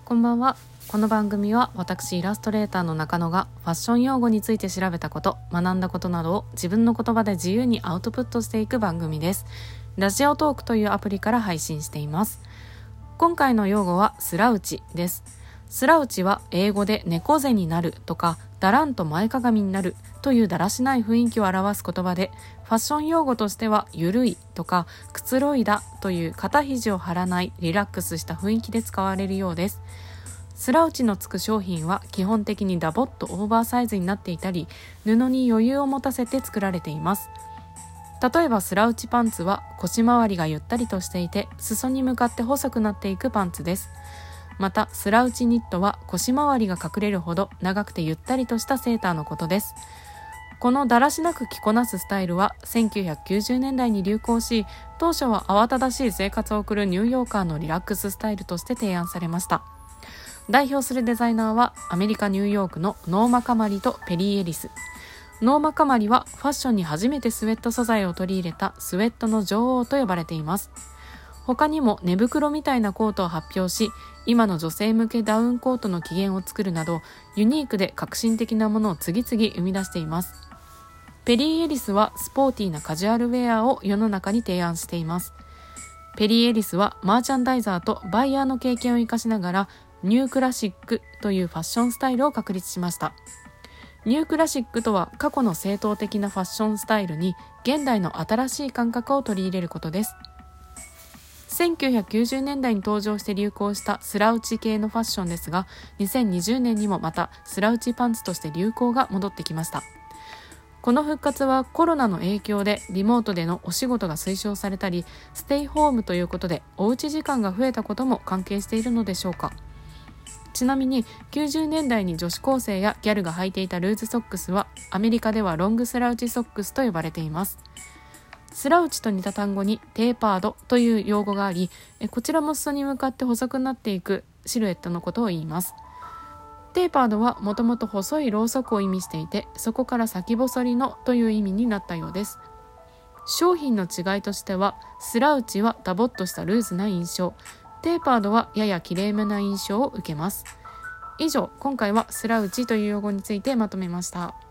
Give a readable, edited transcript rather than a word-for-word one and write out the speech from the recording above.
こんばんは。この番組は私イラストレーターの中野がファッション用語について調べたこと、学んだことなどを自分の言葉で自由にアウトプットしていく番組です。ラジオトークというアプリから配信しています。今回の用語はスラウチです。スラウチは英語で猫背になるとかだらんと前かがみになるというだらしない雰囲気を表す言葉で、ファッション用語としてはゆるいとかくつろいだという肩肘を張らないリラックスした雰囲気で使われるようです。スラウチのつく商品は基本的にダボっとオーバーサイズになっていたり、布に余裕を持たせて作られています。例えばスラウチパンツは腰回りがゆったりとしていて、裾に向かって細くなっていくパンツです。またスラウチニットは腰回りが隠れるほど長くてゆったりとしたセーターのことです。このだらしなく着こなすスタイルは1990年代に流行し、当初は慌ただしい生活を送るニューヨーカーのリラックススタイルとして提案されました。代表するデザイナーはアメリカ・ニューヨークのノーマ・カマリとペリー・エリス。ノーマ・カマリはファッションに初めてスウェット素材を取り入れたスウェットの女王と呼ばれています。他にも寝袋みたいなコートを発表し、今の女性向けダウンコートの起源を作るなど、ユニークで革新的なものを次々生み出しています。ペリー・エリスはスポーティーなカジュアルウェアを世の中に提案しています。ペリー・エリスはマーチャンダイザーとバイヤーの経験を生かしながら、ニュークラシックというファッションスタイルを確立しました。ニュークラシックとは過去の正統的なファッションスタイルに現代の新しい感覚を取り入れることです。1990年代に登場して流行したスラウチ系のファッションですが、2020年にもまたスラウチパンツとして流行が戻ってきました。この復活はコロナの影響でリモートでのお仕事が推奨されたり、ステイホームということでおうち時間が増えたことも関係しているのでしょうか。ちなみに90年代に女子高生やギャルが履いていたルーズソックスはアメリカではロングスラウチソックスと呼ばれています。スラウチと似た単語にテーパードという用語があり、こちらも裾に向かって細くなっていくシルエットのことを言います。テーパードはもともと細いろうそくを意味していて、そこから先細りのという意味になったようです。商品の違いとしては、スラウチはダボっとしたルーズな印象、テーパードはややきれいめな印象を受けます。以上、今回はスラウチという用語についてまとめました。